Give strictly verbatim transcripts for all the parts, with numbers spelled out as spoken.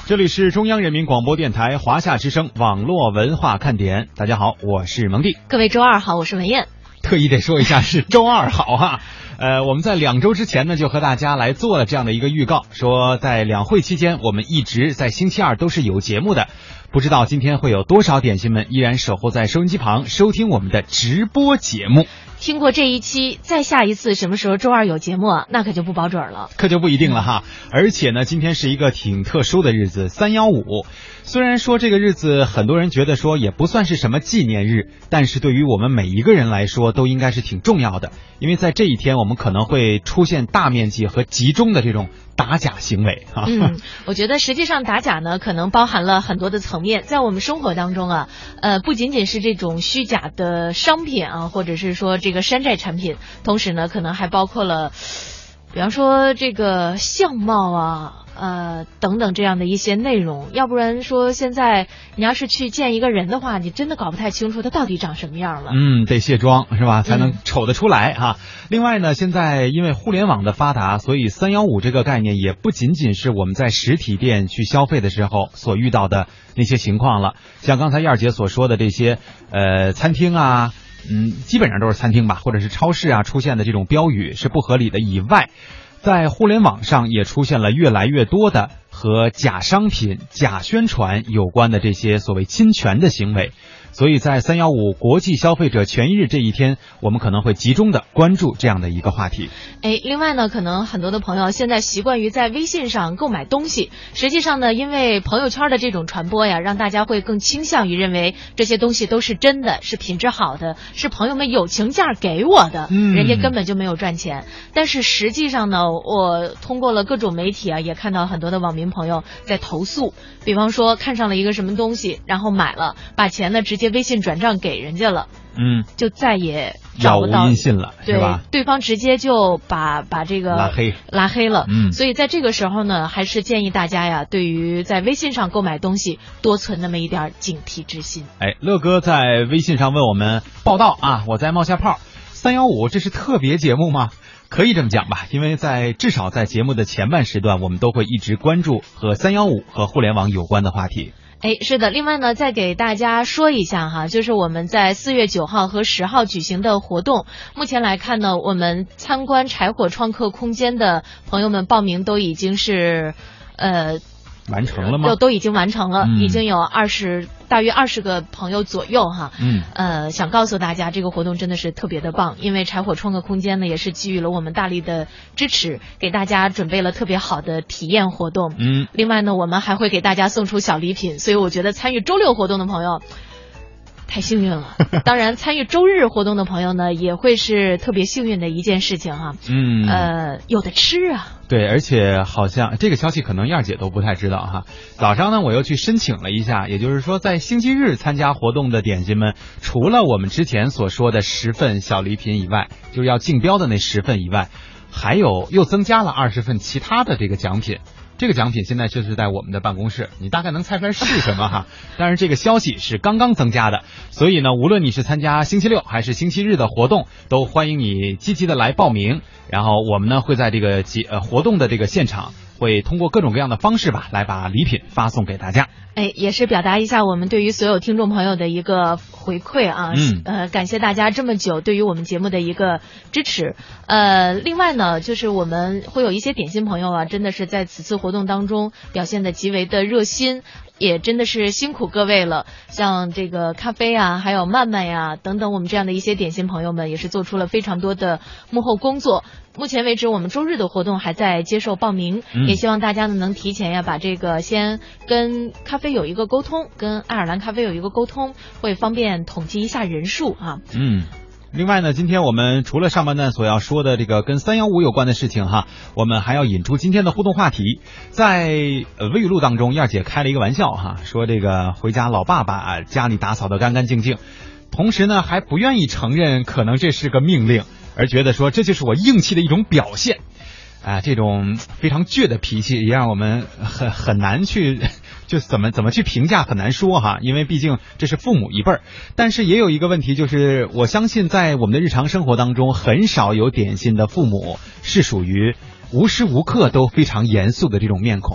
这里是中央人民广播电台华夏之声网络文化看点。大家好，我是蒙蒂。 各位周二好，我是文燕。 特意得说一下是周二好哈。呃，我们在两周之前呢，就和大家来做了这样的一个预告，说在两会期间，我们一直在星期二都是有节目的。不知道今天会有多少点心们依然守候在收音机旁收听我们的直播节目。 听过这一期，再下一次什么时候周二有节目啊，那可就不保准了， 可就不一定了哈。而且呢，今天是一个挺特殊的日子，三幺五。虽然说这个日子很多人觉得说也不算是什么纪念日，但是对于我们每一个人来说都应该是挺重要的，因为在这一天我们可能会出现大面积和集中的这种打假行为啊。 嗯，我觉得实际上打假呢，可能包含了很多的层面，在我们生活当中啊，呃，不仅仅是这种虚假的商品啊，或者是说这个山寨产品，同时呢，可能还包括了，比方说这个相貌啊。呃，等等这样的一些内容，要不然说现在你要是去见一个人的话，你真的搞不太清楚他到底长什么样了。 嗯，得卸妆是吧，才能瞅得出来哈、嗯。另外呢，现在因为互联网的发达，所以三幺五这个概念也不仅仅是我们在实体店去消费的时候所遇到的那些情况了。像刚才燕儿姐所说的这些，呃，餐厅啊。嗯，基本上都是餐厅吧，或者是超市啊出现的这种标语是不合理的以外，在互联网上也出现了越来越多的和假商品、假宣传有关的这些所谓侵权的行为。所以在三幺五国际消费者权益日这一天，我们可能会集中的关注这样的一个话题。 哎，另外呢，可能很多的朋友现在习惯于在微信上购买东西，实际上呢，因为朋友圈的这种传播呀，让大家会更倾向于认为这些东西都是真的，是品质好的，是朋友们友情价给我的， 嗯， 人家根本就没有赚钱。但是实际上呢，我通过了各种媒体啊，也看到很多的网民朋友在投诉，比方说看上了一个什么东西，然后买了，把钱呢直接微信转账给人家了， 嗯， 就再也找不到杳无音信了，是吧？ 对，对方直接就把把这个拉黑拉黑了。 嗯， 所以在这个时候呢，还是建议大家呀，对于在微信上购买东西，多存那么一点警惕之心。 哎，乐哥在微信上问我们报道啊，我在冒下泡，三幺五这是特别节目吗？可以这么讲吧，因为在至少在节目的前半时段，我们都会一直关注和三幺五和互联网有关的话题。 哎，是的。另外呢，再给大家说一下哈，就是我们在四月九号和十号举行的活动。目前来看呢，我们参观柴火创客空间的朋友们报名都已经是，呃。 完成了吗？ 都都已经完成了， 嗯、 已经有二十大约二十个朋友左右哈。 嗯， 呃，想告诉大家，这个活动真的是特别的棒，因为柴火创客空间呢也是给予了我们大力的支持，给大家准备了特别好的体验活动。 嗯， 另外呢，我们还会给大家送出小礼品，所以我觉得参与周六活动的朋友太幸运了。当然，参与周日活动的朋友呢，也会是特别幸运的一件事情哈。 嗯， 呃，有的吃啊。 对，而且好像这个消息可能燕儿姐都不太知道哈。早上呢，我又去申请了一下，也就是说，在星期日参加活动的点心们，除了我们之前所说的十份小礼品以外，就是要竞标的那十份以外，还有又增加了二十份其他的这个奖品。这个奖品现在就是在我们的办公室，你大概能猜出来是什么哈？但是这个消息是刚刚增加的，所以呢，无论你是参加星期六还是星期日的活动，都欢迎你积极的来报名。然后我们呢会在这个节呃活动的这个现场，会通过各种各样的方式吧，来把礼品发送给大家。 哎，也是表达一下我们对于所有听众朋友的一个回馈啊， 嗯， 呃，感谢大家这么久对于我们节目的一个支持。呃，另外呢，就是我们会有一些点心朋友啊，真的是在此次活动当中表现的极为的热心，也真的是辛苦各位了。像这个咖啡啊，还有曼曼呀等等，我们这样的一些点心朋友们也是做出了非常多的幕后工作。目前为止，我们周日的活动还在接受报名， 嗯、 也希望大家呢能提前呀把这个先跟咖啡有一个沟通，跟爱尔兰咖啡有一个沟通，会方便统计一下人数啊。 嗯。另外呢，今天我们除了上半段所要说的这个跟三幺五有关的事情哈，我们还要引出今天的互动话题。在呃微语录当中，燕儿姐开了一个玩笑哈，说这个回家老爸把家里打扫得干干净净，同时呢还不愿意承认可能这是个命令，而觉得说这就是我硬气的一种表现。啊，这种非常倔的脾气也让我们很很难去就怎么怎么去评价，很难说哈，因为毕竟这是父母一辈儿。但是也有一个问题，就是我相信在我们的日常生活当中，很少有点心的父母是属于无时无刻都非常严肃的这种面孔。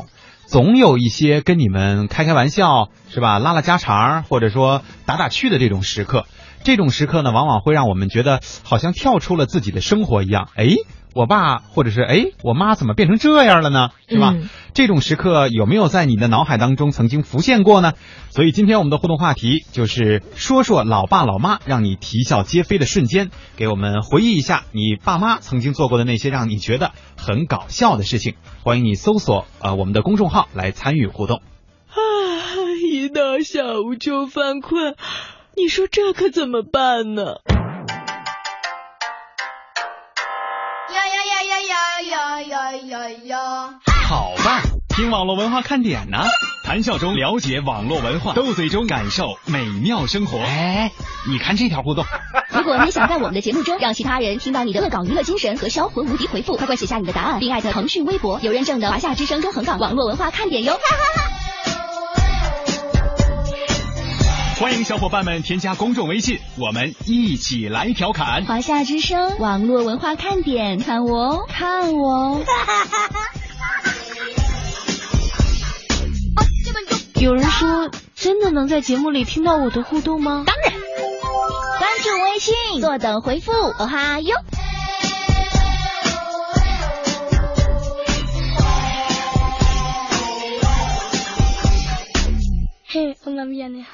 总有一些跟你们开开玩笑，是吧？拉拉家常，或者说打打趣的这种时刻。这种时刻呢，往往会让我们觉得好像跳出了自己的生活一样。诶，我爸或者是诶，我妈怎么变成这样了呢？是吧？嗯、这种时刻有没有在你的脑海当中曾经浮现过呢？所以今天我们的互动话题就是说说老爸老妈让你啼笑皆非的瞬间，给我们回忆一下你爸妈曾经做过的那些让你觉得很搞笑的事情。欢迎你搜索呃我们的公众号来参与互动。 啊，一到下午就犯困。你说这可怎么办呢？ 呀呀呀呀呀呀呀呀！ 好办，听网络文化看点呢，谈笑中了解网络文化，斗嘴中感受美妙生活。 哎，你看这条互动。 如果你想在我们的节目中让其他人听到你的恶搞娱乐精神和销魂无敌回复，快快写下你的答案，并艾特腾讯微博有认证的华夏之声中横岗网络文化看点哟。 欢迎小伙伴们添加公众微信，我们一起来调侃华夏之声网络文化看点，看我哦，看我哦。 有人说真的能在节目里听到我的互动吗？ 当然，关注微信，坐等回复，哦哈哟。 嘿，我那边呢？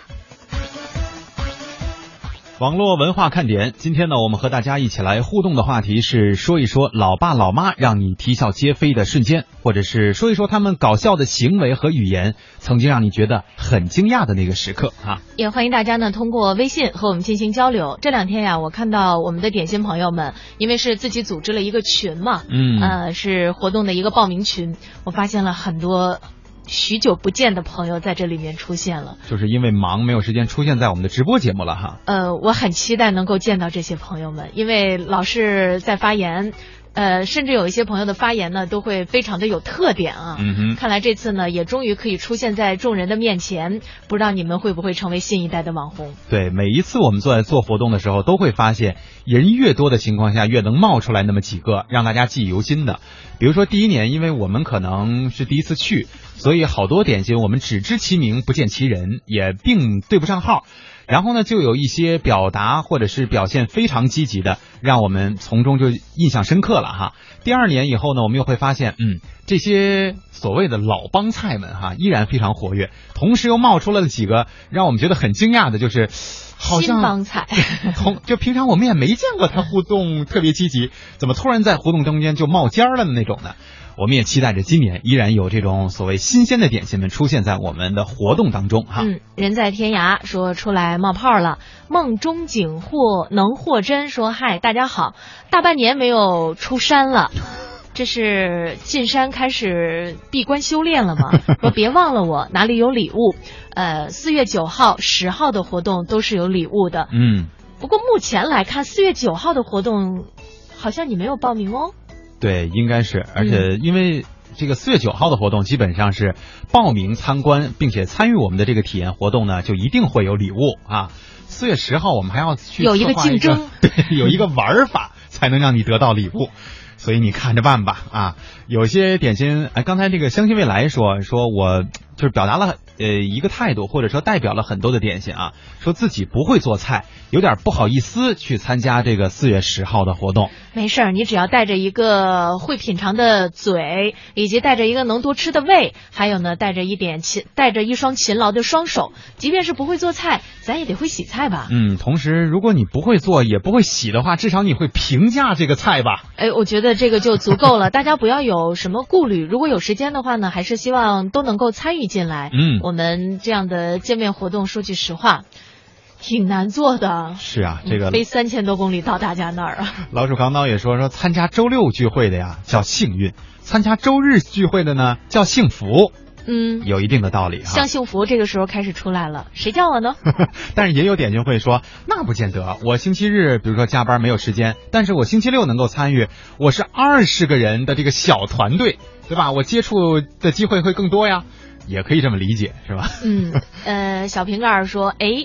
网络文化看点，今天呢，我们和大家一起来互动的话题是说一说老爸老妈让你啼笑皆非的瞬间，或者是说一说他们搞笑的行为和语言曾经让你觉得很惊讶的那个时刻啊。 也欢迎大家呢通过微信和我们进行交流。这两天呀，我看到我们的点心朋友们，因为是自己组织了一个群嘛，嗯，呃，是活动的一个报名群，我发现了很多许久不见的朋友在这里面出现了， 就是因为忙没有时间出现在我们的直播节目了哈。 呃，我很期待能够见到这些朋友们，因为老是在发言，呃，甚至有一些朋友的发言呢都会非常的有特点啊。嗯哼，看来这次呢也终于可以出现在众人的面前，不知道你们会不会成为新一代的网红？ 对，每一次我们在做活动的时候，都会发现人越多的情况下，越能冒出来那么几个让大家记忆犹新的。比如说第一年，因为我们可能是第一次去，所以好多点心我们只知其名不见其人，也并对不上号。然后呢，就有一些表达或者是表现非常积极的，让我们从中就印象深刻了哈。第二年以后呢，我们又会发现，嗯，这些所谓的老帮菜们哈，依然非常活跃，同时又冒出了几个让我们觉得很惊讶的，就是好像新帮菜， 同就平常我们也没见过他互动特别积极，怎么突然在活动中间就冒尖了的那种呢？我们也期待着今年依然有这种所谓新鲜的点心们出现在我们的活动当中哈。 嗯，人在天涯说出来冒泡了，梦中景或能获真说嗨大家好，大半年没有出山了。这是进山开始闭关修炼了吗？说别忘了我，哪里有礼物？呃，四月九号、十号的活动都是有礼物的。 嗯， 不过目前来看，四月九号的活动好像你没有报名哦。 对，应该是，而且因为这个四月九号的活动基本上是报名参观，并且参与我们的这个体验活动呢，就一定会有礼物啊。四月十号我们还要去有一个竞争， 对，有一个玩法才能让你得到礼物。所以你看着办吧啊！有些点心，哎，刚才这个相信未来说说我就是表达了呃一个态度，或者说代表了很多的点心啊，说自己不会做菜，有点不好意思去参加这个四月十号的活动。 没事儿，你只要带着一个会品尝的嘴，以及带着一个能多吃的胃，还有呢带着一点勤，带着一双勤劳的双手，即便是不会做菜，咱也得会洗菜吧？ 嗯，同时如果你不会做也不会洗的话，至少你会评价这个菜吧？ 哎，我觉得这个就足够了，大家不要有什么顾虑。如果有时间的话呢，还是希望都能够参与进来。 嗯， 我们这样的见面活动，说句实话，挺难做的。 是啊，这个飞三千多公里到大家那儿啊。 老鼠扛刀也说说，参加周六聚会的呀叫幸运，参加周日聚会的呢叫幸福。 嗯， 有一定的道理哈。 像幸福这个时候开始出来了，谁叫我呢？ 但是也有点心会说，那不见得。我星期日比如说加班没有时间，但是我星期六能够参与，我是二十个人的这个小团队，对吧？我接触的机会会更多呀，也可以这么理解，是吧？ 嗯，呃，小瓶盖说，哎。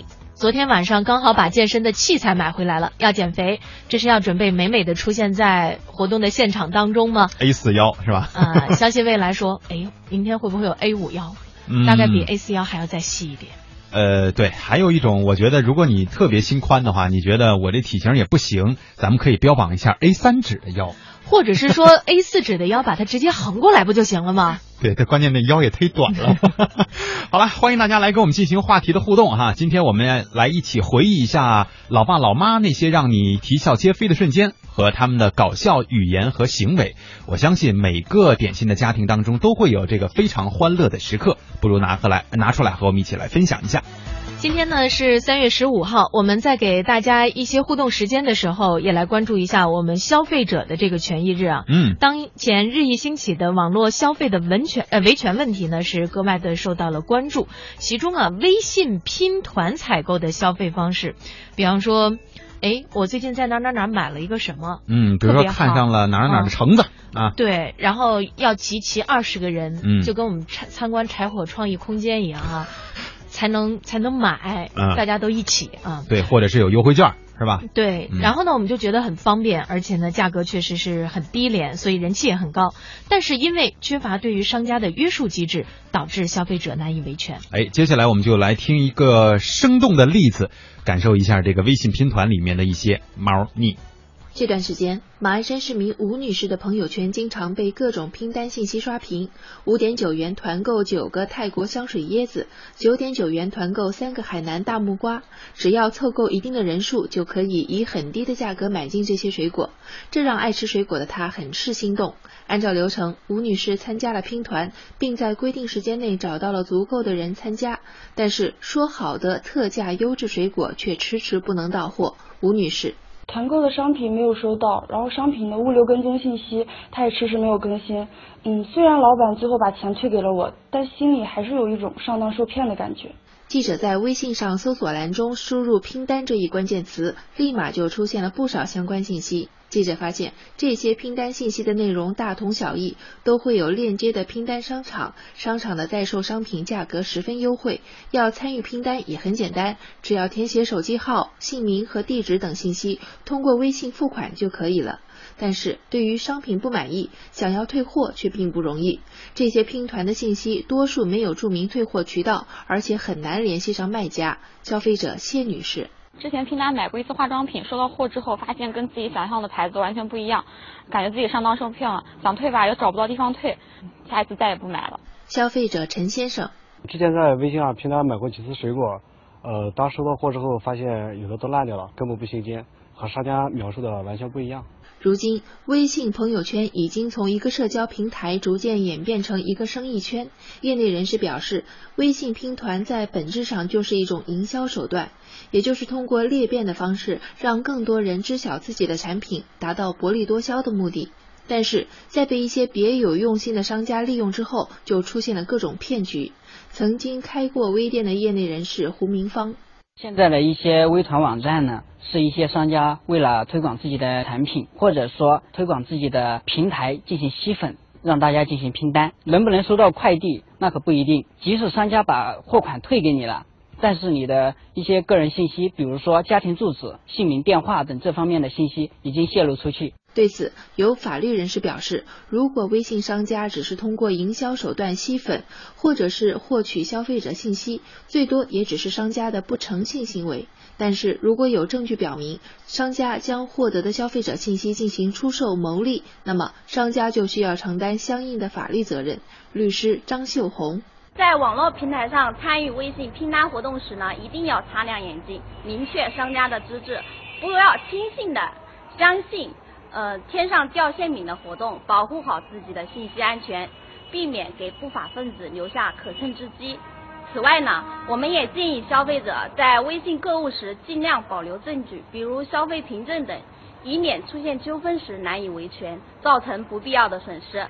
昨天晚上刚好把健身的器材买回来了，要减肥，这是要准备美美的出现在活动的现场当中吗 ？A 四腰是吧？ 啊、呃，消息未来说，哎呦，明天会不会有 A 五腰？ 嗯、 大概比 A 四腰还要再细一点。 呃，对，还有一种，我觉得如果你特别心宽的话，你觉得我这体型也不行，咱们可以标榜一下 A 三 指的腰， 或者是说 A 四 指的腰，把它直接横过来不就行了吗？ 对，这关键那腰也忒短了。好了，欢迎大家来跟我们进行话题的互动哈。今天我们来一起回忆一下老爸老妈那些让你啼笑皆非的瞬间和他们的搞笑语言和行为。我相信每个典型的家庭当中都会有这个非常欢乐的时刻，不如拿回来拿出来和我们一起来分享一下。 今天呢是三月十五号，我们在给大家一些互动时间的时候，也来关注一下我们消费者的这个权益日啊。 嗯， 当前日益兴起的网络消费的维权呃维权问题呢，是格外的受到了关注。其中啊，微信拼团采购的消费方式，比方说，哎，我最近在哪哪哪买了一个什么， 嗯，比如说看上了哪哪哪的橙子、嗯、啊， 对，然后要集齐二十个人， 嗯， 就跟我们参观柴火创意空间一样啊。才能才能买、 嗯， 大家都一起啊。 对，或者是有优惠券，是吧？ 对、嗯，然后呢，我们就觉得很方便，而且呢，价格确实是很低廉，所以人气也很高。但是因为缺乏对于商家的约束机制，导致消费者难以维权。 哎，接下来我们就来听一个生动的例子，感受一下这个微信拼团里面的一些猫腻。 这段时间，马鞍山市民吴女士的朋友圈经常被各种拼单信息刷屏。五点九元团购九个泰国香水椰子，九点九元团购三个海南大木瓜，只要凑够一定的人数，就可以以很低的价格买进这些水果。这让爱吃水果的她很是心动。按照流程，吴女士参加了拼团，并在规定时间内找到了足够的人参加。但是说好的特价优质水果却迟迟不能到货。吴女士。 团购的商品没有收到，然后商品的物流跟踪信息他也迟迟没有更新。嗯，虽然老板最后把钱退给了我，但心里还是有一种上当受骗的感觉。 记者在微信上搜索栏中输入拼单这一关键词，立马就出现了不少相关信息。记者发现，这些拼单信息的内容大同小异，都会有链接的拼单商场，商场的在售商品价格十分优惠。要参与拼单也很简单，只要填写手机号、姓名和地址等信息，通过微信付款就可以了。但是对于商品不满意，想要退货却并不容易。这些拼团的信息多数没有注明退货渠道，而且很难联系上卖家。消费者谢女士。 之前拼单买过一次化妆品，收到货之后发现跟自己想象的牌子完全不一样，感觉自己上当受骗了，想退吧又找不到地方退，下一次再也不买了。 消费者陈先生。 之前在微信上拼单买过几次水果，呃，当收到货之后发现有的都烂掉了，根本不新鲜，和商家描述的完全不一样。 如今，微信朋友圈已经从一个社交平台逐渐演变成一个生意圈。业内人士表示，微信拼团在本质上就是一种营销手段，也就是通过裂变的方式，让更多人知晓自己的产品，达到薄利多销的目的。但是，在被一些别有用心的商家利用之后，就出现了各种骗局。曾经开过微店的业内人士胡明芳。 现在的一些微团网站呢，是一些商家为了推广自己的产品，或者说推广自己的平台进行吸粉，让大家进行拼单。能不能收到快递，那可不一定。即使商家把货款退给你了，但是你的一些个人信息，比如说家庭住址、姓名、电话等这方面的信息已经泄露出去。 对此，有法律人士表示，如果微信商家只是通过营销手段吸粉，或者是获取消费者信息，最多也只是商家的不诚信行为。但是如果有证据表明商家将获得的消费者信息进行出售牟利，那么商家就需要承担相应的法律责任。律师张秀红。 在网络平台上参与微信拼单活动时呢，一定要擦亮眼睛，明确商家的资质，不要轻信的相信呃天上掉馅饼的活动，保护好自己的信息安全，避免给不法分子留下可乘之机。此外呢，我们也建议消费者在微信购物时尽量保留证据，比如消费凭证等，以免出现纠纷时难以维权，造成不必要的损失。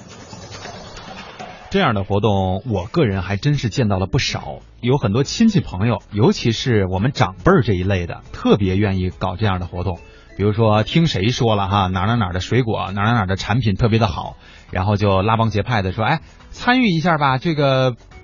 这样的活动我个人还真是见到了不少，有很多亲戚朋友，尤其是我们长辈这一类的，特别愿意搞这样的活动。比如说听谁说了哈，哪哪哪的水果，哪哪哪的产品特别的好，然后就拉帮结派的说，哎，参与一下吧，这个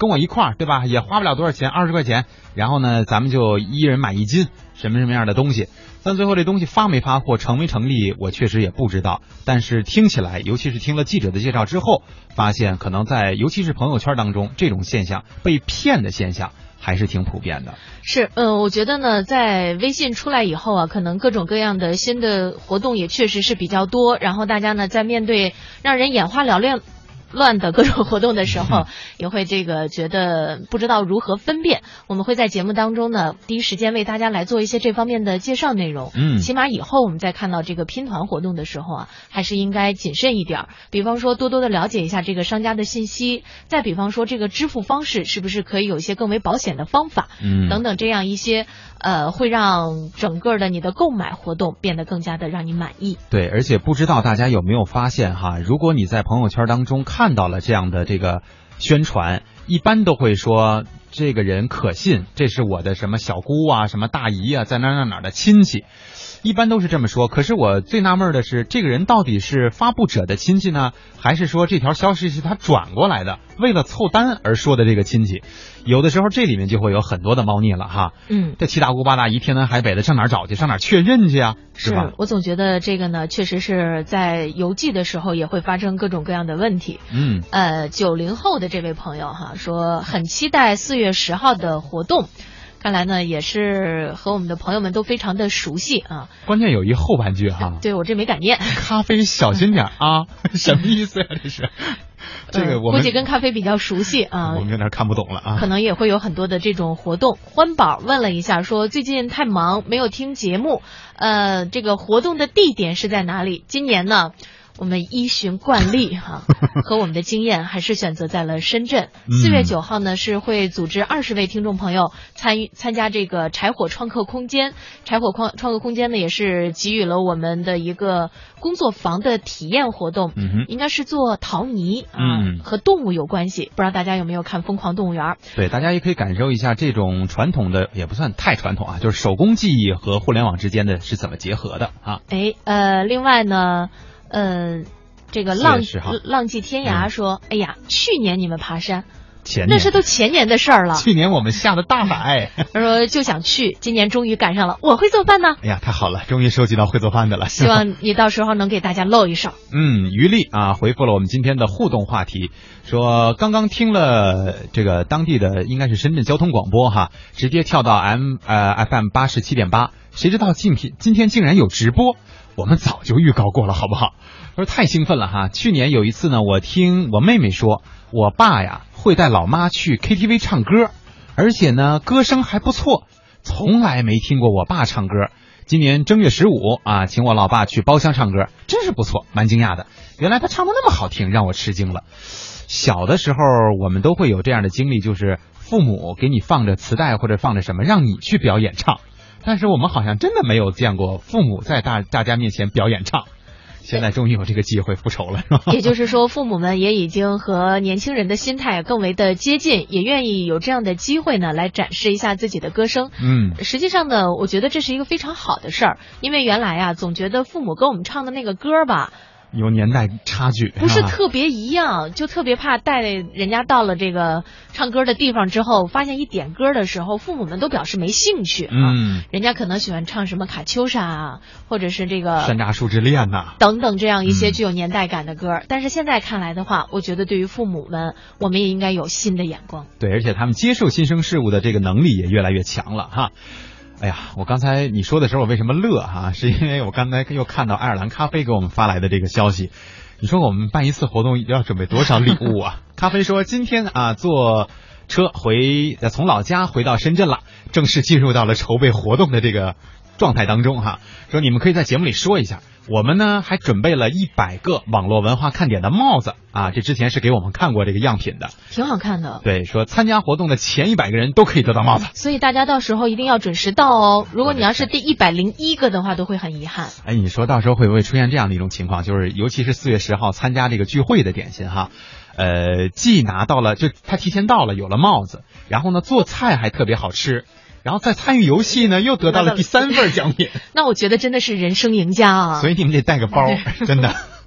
跟我一块儿，对吧？也花不了多少钱，二十块钱，然后呢，咱们就一人买一斤什么什么样的东西。但最后这东西发没发货，成没成立，我确实也不知道。但是听起来，尤其是听了记者的介绍之后，发现可能在尤其是朋友圈当中，这种现象被骗的现象还是挺普遍的。 是，呃，我觉得呢，在微信出来以后啊，可能各种各样的新的活动也确实是比较多。然后大家呢，在面对让人眼花缭乱乱的各种活动的时候，也会这个觉得不知道如何分辨。我们会在节目当中呢，第一时间为大家来做一些这方面的介绍内容。 嗯， 起码以后我们在看到这个拼团活动的时候啊，还是应该谨慎一点。比方说，多多的了解一下这个商家的信息，再比方说这个支付方式是不是可以有一些更为保险的方法， 嗯， 等等这样一些呃，会让整个的你的购买活动变得更加的让你满意。 对，而且不知道大家有没有发现哈，如果你在朋友圈当中看到了这样的这个宣传，一般都会说这个人可信，这是我的什么小姑啊，什么大姨啊，在哪哪哪的亲戚，一般都是这么说。可是我最纳闷的是，这个人到底是发布者的亲戚呢，还是说这条消息是他转过来的，为了凑单而说的这个亲戚？有的时候这里面就会有很多的猫腻了哈。 嗯， 这七大姑八大姨天南海北的上哪儿找去，上哪儿确认去啊？是吧？ 是，我总觉得这个呢，确实是在邮寄的时候也会发生各种各样的问题。 嗯， 呃，九零后的这位朋友哈说很期待四月十号的活动。看来呢，也是和我们的朋友们都非常的熟悉啊。 关键有一后半句哈， 对我这没敢念。 咖啡小心点啊，什么意思呀、啊？这是这个我们、 呃、估计跟咖啡比较熟悉啊， 我们有点看不懂了啊。 可能也会有很多的这种活动。欢宝问了一下，说最近太忙没有听节目，呃，这个活动的地点是在哪里？今年呢？我们依循惯例哈、啊，和我们的经验，还是选择在了深圳。四月九号呢，是会组织二十位听众朋友参与参加这个柴火创客空间。柴火创创客空间呢，也是给予了我们的一个工作坊的体验活动， 嗯、 应该是做陶泥啊、 嗯， 和动物有关系。不知道大家有没有看《疯狂动物园》？ 对，大家也可以感受一下这种传统的，也不算太传统啊，就是手工技艺和互联网之间的是怎么结合的啊？ 哎，呃，另外呢。呃，这个浪浪迹天涯说、嗯，哎呀，去年你们爬山， 前年那是都前年的事儿了。 去年我们下的大海， 他说就想去，今年终于赶上了。我会做饭呢。 哎呀，太好了，终于收集到会做饭的了。 希望你到时候能给大家露一手。 嗯，于丽啊，回复了我们今天的互动话题，说刚刚听了这个当地的应该是深圳交通广播哈，直接跳到 M 呃 F M 八十七点八，谁知道今天今天竟然有直播。我们早就预告过了，好不好？他说太兴奋了哈！去年有一次呢，我听我妹妹说，我爸呀会带老妈去 K T V 唱歌，而且呢歌声还不错，从来没听过我爸唱歌。今年正月十五啊，请我老爸去包厢唱歌，真是不错，蛮惊讶的。原来他唱得那么好听，让我吃惊了。小的时候我们都会有这样的经历，就是父母给你放着磁带或者放着什么，让你去表演唱。但是我们好像真的没有见过父母在大大家面前表演唱，现在终于有这个机会复仇了，是吧？ 也就是说，父母们也已经和年轻人的心态更为的接近，也愿意有这样的机会呢，来展示一下自己的歌声。 嗯， 实际上呢，我觉得这是一个非常好的事儿，因为原来啊，总觉得父母跟我们唱的那个歌吧， 有年代差距， 不是特别一样，就特别怕带人家到了这个唱歌的地方之后，发现一点歌的时候，父母们都表示没兴趣啊。 嗯， 人家可能喜欢唱什么卡秋莎啊，或者是这个山楂树之恋呐、啊， 等等这样一些具有年代感的歌、嗯。但是现在看来的话，我觉得对于父母们，我们也应该有新的眼光。 对，而且他们接受新生事物的这个能力也越来越强了哈。哎呀，我刚才你说的时候，我为什么乐哈？是因为我刚才又看到爱尔兰咖啡给我们发来的这个消息。你说我们办一次活动要准备多少礼物啊？咖啡说今天啊坐车回从老家回到深圳了，正式进入到了筹备活动的这个状态当中哈。说你们可以在节目里说一下，我们呢还准备了一百个网络文化看点的帽子啊，这之前是给我们看过这个样品的， 挺好看的。 对，说参加活动的前一百个人都可以得到帽子， 所以大家到时候一定要准时到哦。如果你要是第一百零一个的话，都会很遗憾。 哎，你说到时候会不会出现这样的一种情况，就是尤其是四月十号参加这个聚会的点心哈，呃，既拿到了就他提前到了，有了帽子，然后呢做菜还特别好吃。然后再参与游戏呢，又得到了第三份奖品。 那我觉得真的是人生赢家啊！ 所以你们得带个包，真的。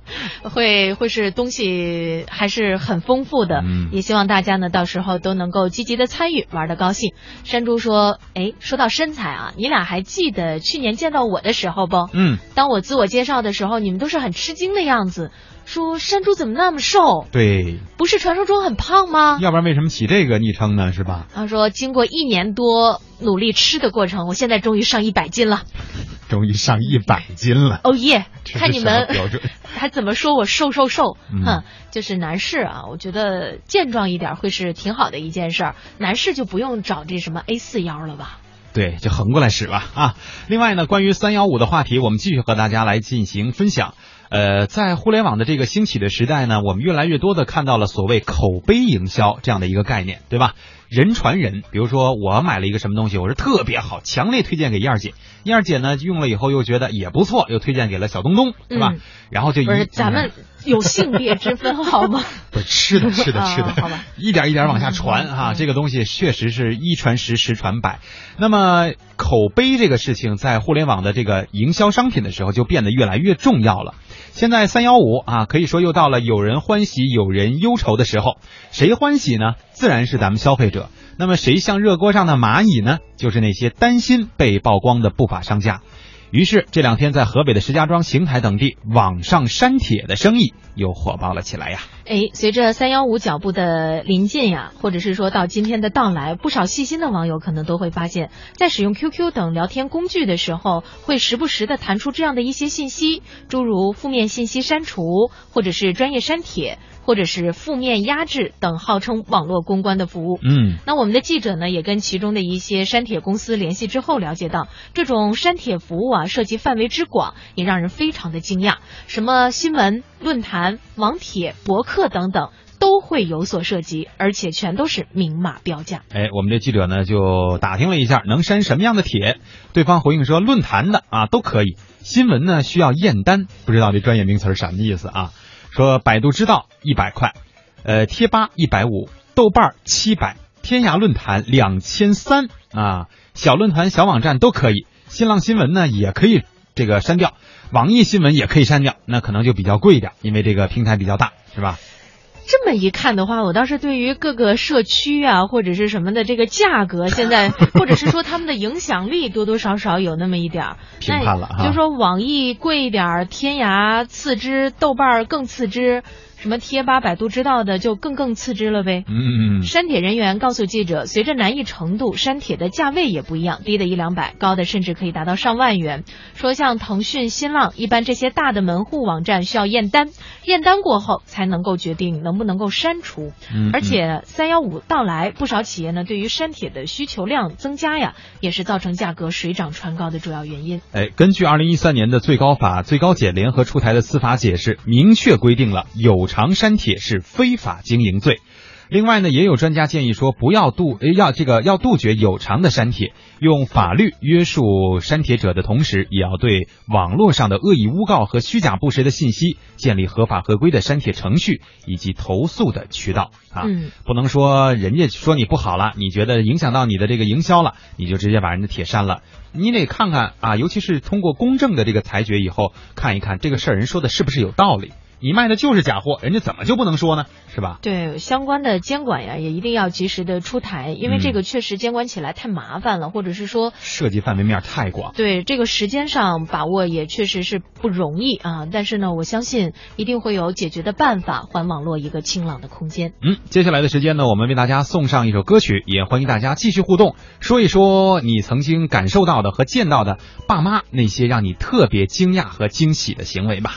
会会是东西还是很丰富的， 嗯， 也希望大家呢到时候都能够积极的参与，玩得高兴。山猪说，哎，说到身材啊，你俩还记得去年见到我的时候不？ 嗯， 当我自我介绍的时候，你们都是很吃惊的样子，说山猪怎么那么瘦？ 对， 不是传说中很胖吗？ 要不然为什么起这个昵称呢？是吧？ 他说经过一年多努力吃的过程，我现在终于上一百斤了。 终于上一百斤了， 哦耶！看你们标准还怎么说我瘦瘦瘦， 嗯、 哼，就是男士啊，我觉得健壮一点会是挺好的一件事儿，男士就不用找这什么 A 四腰了吧。 对，就横过来使吧啊！另外呢，关于三幺五的话题，我们继续和大家来进行分享。呃，在互联网的这个兴起的时代呢，我们越来越多的看到了所谓口碑营销这样的一个概念，对吧？人传人，比如说我买了一个什么东西，我说特别好，强烈推荐给燕儿姐，燕儿姐呢用了以后又觉得也不错，又推荐给了小东东，是吧？ 嗯、 然后就一不是咱们有性别之分好吗？ 不是，是的，是的，是的， 啊、好吧， 一点一点往下传哈、啊嗯，这个东西确实是一传十，十传百。那么口碑这个事情，在互联网的这个营销商品的时候，就变得越来越重要了。现在三幺五啊，可以说又到了有人欢喜有人忧愁的时候。谁欢喜呢？自然是咱们消费者。那么谁像热锅上的蚂蚁呢？就是那些担心被曝光的不法商家。于是这两天在河北的石家庄、邢台等地，网上删帖的生意又火爆了起来呀。 哎，随着三幺五脚步的临近呀，或者是说到今天的到来，不少细心的网友可能都会发现，在使用 Q Q 等聊天工具的时候，会时不时的弹出这样的一些信息，诸如负面信息删除，或者是专业删帖，或者是负面压制等号称网络公关的服务。 嗯， 那我们的记者呢，也跟其中的一些删帖公司联系之后了解到，这种删帖服务啊，涉及范围之广，也让人非常的惊讶。什么新闻、论坛、网帖、博客等等都会有所涉及，而且全都是明码标价。 哎，我们这记者呢就打听了一下，能删什么样的帖？对方回应说，论坛的啊都可以，新闻呢需要验单，不知道这专业名词是什么意思啊？说百度知道一百块，呃，贴吧一百五，豆瓣七百，天涯论坛两千三啊，小论坛、小网站都可以，新浪新闻呢也可以这个删掉，网易新闻也可以删掉，那可能就比较贵一点，因为这个平台比较大，是吧？ 这么一看的话，我倒是对于各个社区啊或者是什么的这个价格，现在或者是说他们的影响力多多少少有那么一点评判了哈。 就说网易贵一点，天涯次之，豆瓣更次之，什么贴吧、百度知道的就更更次之了呗。 嗯嗯。 删帖人员告诉记者，随着难易程度，删帖的价位也不一样，低的一两百，高的甚至可以达到上万元。说像腾讯、新浪，一般这些大的门户网站需要验单，验单过后才能够决定能不能够删除。 嗯嗯。 而且三幺五到来，不少企业呢对于删帖的需求量增加呀，也是造成价格水涨船高的主要原因。 哎，根据二零一三年的最高法、最高检联合出台的司法解释，明确规定了有偿删帖是非法经营罪。另外呢，也有专家建议说，不要杜要这个要杜绝有偿的删帖，用法律约束删帖者的同时，也要对网络上的恶意诬告和虚假不实的信息建立合法合规的删帖程序以及投诉的渠道啊。 嗯， 不能说人家说你不好了，你觉得影响到你的这个营销了，你就直接把人的帖删了。你得看看啊，尤其是通过公正的这个裁决以后，看一看这个事儿人说的是不是有道理。你卖的就是假货，人家怎么就不能说呢？是吧？ 对，相关的监管呀，也一定要及时的出台，因为这个确实监管起来太麻烦了，嗯、或者是说涉及范围面太广。 对，这个时间上把握也确实是不容易啊。但是呢，我相信一定会有解决的办法，还网络一个清朗的空间。 嗯，接下来的时间呢，我们为大家送上一首歌曲，也欢迎大家继续互动，说一说你曾经感受到的和见到的爸妈那些让你特别惊讶和惊喜的行为吧。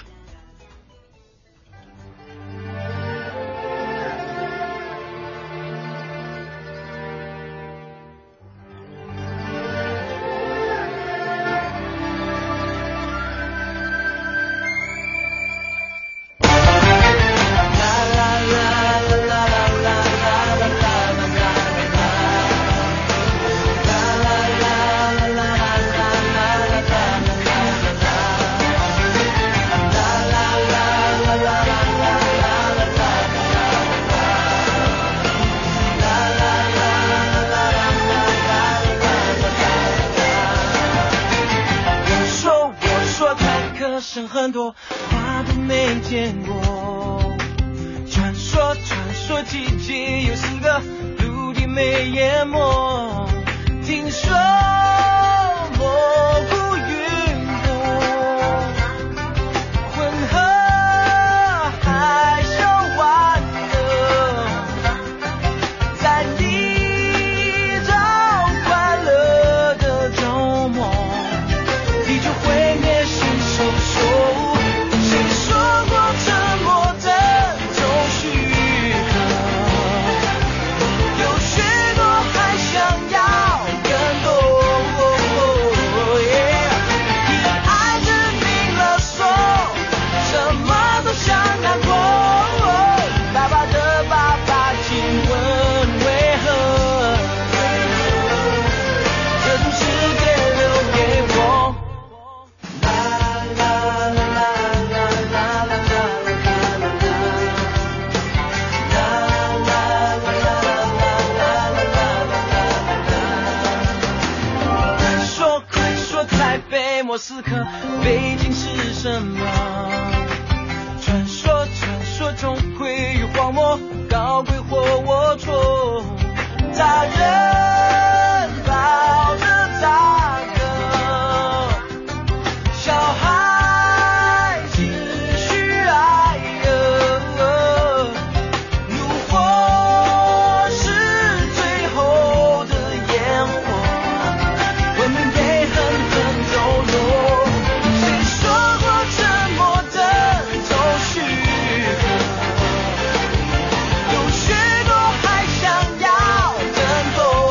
声很多，话哪都没见过。传说传说季节有四个陆地没淹没，听说蘑菇云朵混合海啸湾的，在一场快乐的周末，地球毁灭是手手。谁说过沉默的种许可？有许多还想要更多。你爱证明了说什么都想难过。爸爸的爸爸，请问为何这种世界留给我？快说快说，台北莫斯科北京是什么？传说传说中会有荒漠高贵或龌龊，大人抱着大哥，小孩只需爱哟，怒火是最后的烟火，文明被狠狠抖落。谁说过沉默的种许可？有许多还想要更多。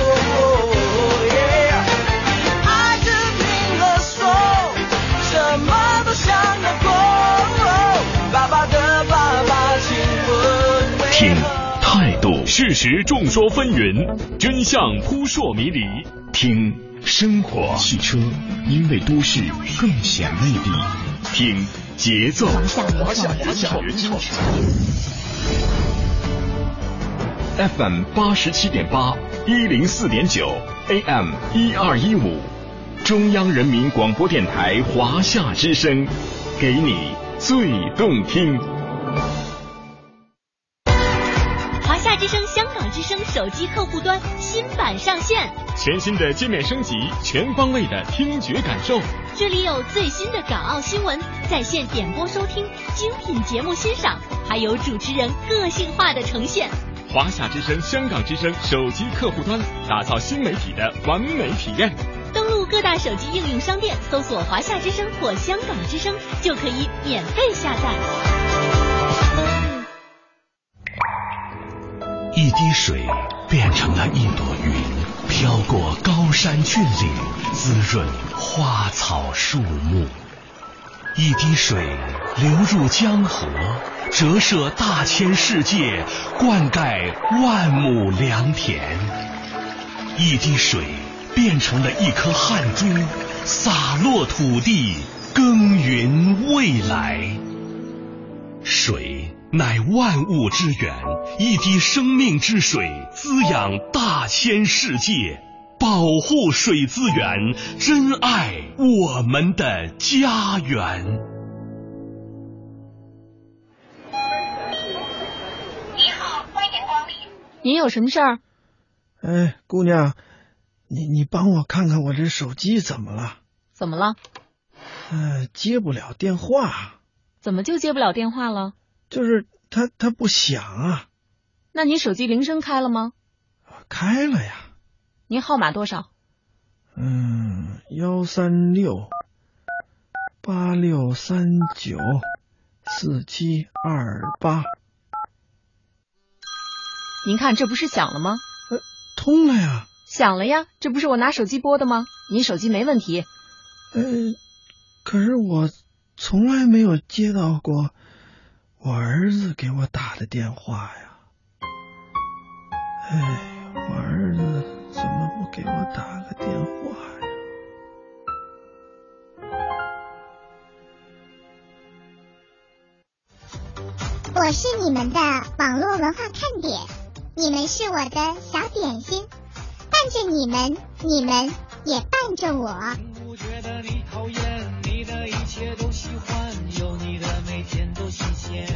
你爱证明了说什么都想得过。爸爸的爸爸，请问为听何？ 态度，事实众说纷纭，真相扑朔迷离。听生活，汽车因为都市更显魅力。听节奏，华夏原创原创 F M 八十七点八，一零四点九 A M 一二一五，中央人民广播电台华夏之声，给你最动听。 华夏之声、香港之声手机客户端新版上线， 全新的界面升级，全方位的听觉感受。 这里有最新的港澳新闻，在线点播收听，精品节目欣赏，还有主持人个性化的呈现。 华夏之声、香港之声手机客户端，打造新媒体的完美体验。 登录各大手机应用商店，搜索华夏之声或香港之声，就可以免费下载。 一滴水变成了一朵云，飘过高山峻岭，滋润花草树木。一滴水流入江河，折射大千世界，灌溉万亩良田。一滴水变成了一颗汗珠，洒落土地，耕耘未来。水乃万物之源，一滴生命之水滋养大千世界，保护水资源，珍爱我们的家园。 你好，欢迎光临。 您有什么事儿？ 哎，姑娘，你你帮我看看我这手机怎么了？ 怎么了？ 呃，接不了电话。 怎么就接不了电话了？ 就是它它不响啊。 那你手机铃声开了吗？ 开了呀。 您号码多少？ 嗯，幺三六八六三九四七二八。 您看这不是响了吗？ 呃，通了呀。 响了呀，这不是我拿手机拨的吗？你手机没问题。 呃，可是我从来没有接到过我儿子给我打的电话呀。哎，我儿子怎么不给我打个电话呀？ 我是你们的网络文化看点，你们是我的小点心，伴着你们，你们也伴着我。 不觉得你讨厌，你的一切都喜欢，有你的现。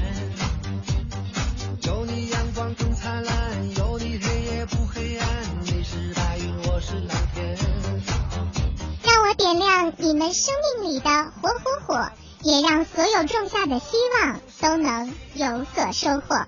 有你阳光更灿烂，有你黑夜不黑暗，你是白云，我是蓝天。 让我点亮你们生命里的火火火，也让所有种下的希望都能有所收获。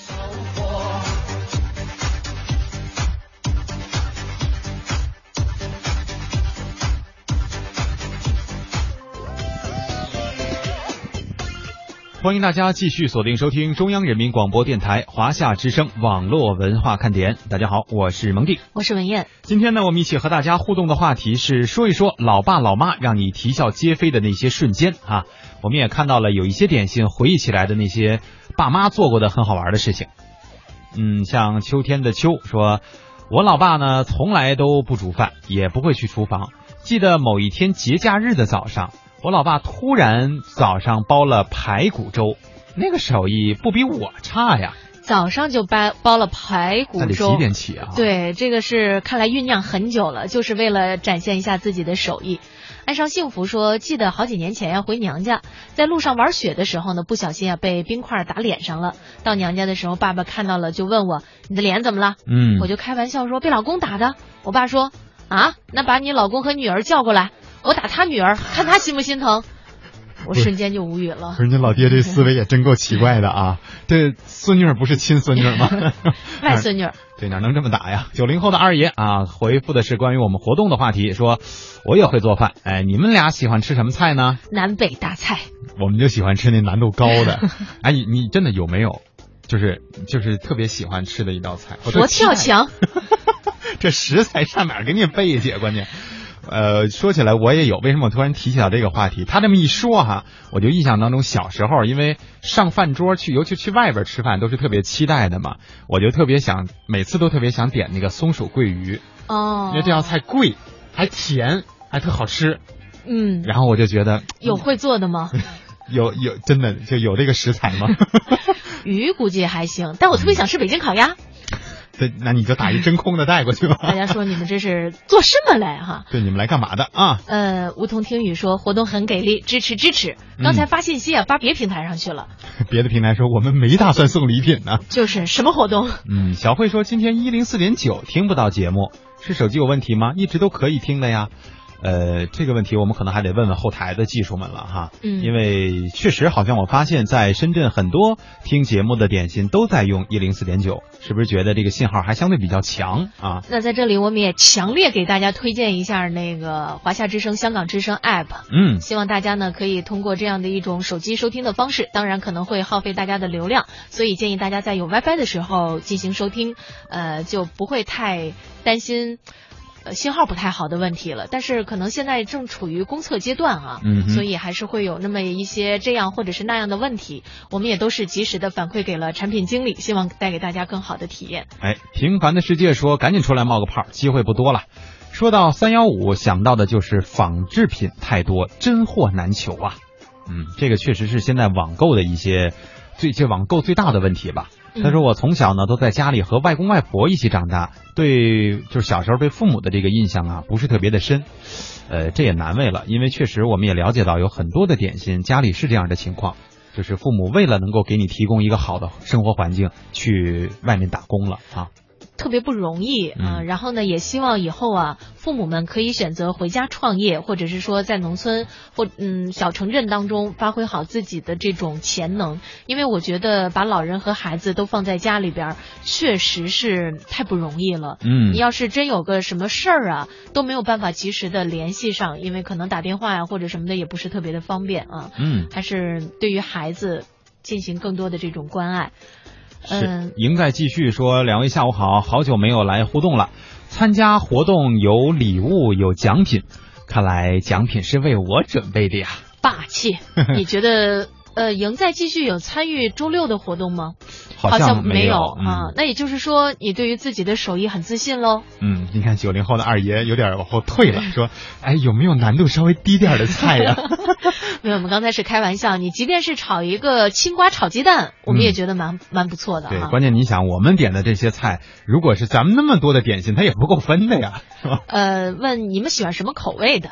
欢迎大家继续锁定收听中央人民广播电台华夏之声网络文化看点。大家好，我是蒙蒂， 我是文燕。 今天呢，我们一起和大家互动的话题是说一说老爸老妈让你啼笑皆非的那些瞬间啊。我们也看到了有一些点心回忆起来的那些爸妈做过的很好玩的事情。嗯，像秋天的秋说，我老爸呢从来都不煮饭，也不会去厨房。记得某一天节假日的早上，我老爸突然早上煲了排骨粥，那个手艺不比我差呀。 早上就煲煲了排骨粥， 那得几点起啊？ 对，这个是看来酝酿很久了，就是为了展现一下自己的手艺。爱上幸福说，记得好几年前要回娘家，在路上玩雪的时候呢，不小心啊被冰块打脸上了。到娘家的时候，爸爸看到了就问我，你的脸怎么了？ 嗯， 我就开玩笑说被老公打的。我爸说啊，那把你老公和女儿叫过来，我打他女儿，看他心不心疼。我瞬间就无语了。 不是，你老爹这思维也真够奇怪的啊！这孙女不是亲孙女吗？ 外孙女。 对，哪能这么打呀？九零后的二爷啊，回复的是关于我们活动的话题，说我也会做饭。哎，你们俩喜欢吃什么菜呢？ 南北大菜。 我们就喜欢吃那难度高的。哎，你你真的有没有，就是就是特别喜欢吃的一道菜？ 佛跳墙。 这食材上哪儿给你背去？关键。呃，说起来我也有，为什么我突然提起到这个话题？他这么一说哈，我就印象当中小时候，因为上饭桌去，尤其去外边吃饭都是特别期待的嘛，我就特别想，每次都特别想点那个松鼠桂鱼哦， 因为这道菜贵，还甜，还特好吃。 嗯， 然后我就觉得有会做的吗？ 有有真的就有这个食材吗？ 鱼估计还行，但我特别想吃北京烤鸭。 对，那你就打一真空的带过去吧。 大家说你们这是做什么来哈？ 对，你们来干嘛的啊？ 呃，梧桐听雨说活动很给力，支持支持。刚才发信息啊，嗯、发别平台上去了。 别的平台说我们没打算送礼品呢。 就是什么活动？ 嗯，小慧说今天一零四点九听不到节目，是手机有问题吗？一直都可以听的呀。呃，这个问题我们可能还得问问后台的技术们了哈， 嗯， 因为确实好像我发现在深圳很多听节目的点心都在用一零四点九，是不是觉得这个信号还相对比较强啊？ 那在这里我们也强烈给大家推荐一下那个华夏之声、香港之声 App， 嗯， 希望大家呢可以通过这样的一种手机收听的方式，当然可能会耗费大家的流量，所以建议大家在有 WiFi 的时候进行收听，呃，就不会太担心。呃，信号不太好的问题了，但是可能现在正处于公测阶段啊， 嗯， 所以还是会有那么一些这样或者是那样的问题，我们也都是及时的反馈给了产品经理，希望带给大家更好的体验。 哎，平凡的世界说赶紧出来冒个泡，机会不多了。说到三一五，想到的就是仿制品太多，真货难求啊。嗯，这个确实是现在网购的一些最这网购最大的问题吧。他说我从小呢都在家里和外公外婆一起长大，对，就是小时候对父母的这个印象啊不是特别的深，呃，这也难为了，因为确实我们也了解到有很多的点心家里是这样的情况，就是父母为了能够给你提供一个好的生活环境，去外面打工了啊。 特别不容易啊、 嗯呃，然后呢，也希望以后啊，父母们可以选择回家创业，或者是说在农村或嗯小城镇当中发挥好自己的这种潜能，因为我觉得把老人和孩子都放在家里边，确实是太不容易了。 嗯， 你要是真有个什么事儿啊，都没有办法及时的联系上，因为可能打电话呀、啊、或者什么的也不是特别的方便啊。 嗯， 还是对于孩子进行更多的这种关爱。 是，赢在继续说，两位下午好，好久没有来互动了。参加活动有礼物有奖品，看来奖品是为我准备的呀。 霸气！你觉得呃，赢在继续有参与周六的活动吗？ 好像没像没有啊、 嗯。 那也就是说，你对于自己的手艺很自信喽？ 嗯，你看九零后的二爷有点往后退了，说，哎，有没有难度稍微低点的菜呀？ 没有，我们刚才是开玩笑。你即便是炒一个青瓜炒鸡蛋，我们也觉得蛮、嗯、蛮不错的、啊。 对，关键你想，我们点的这些菜，如果是咱们那么多的点心，它也不够分的呀，是吧？ 呃，问你们喜欢什么口味的？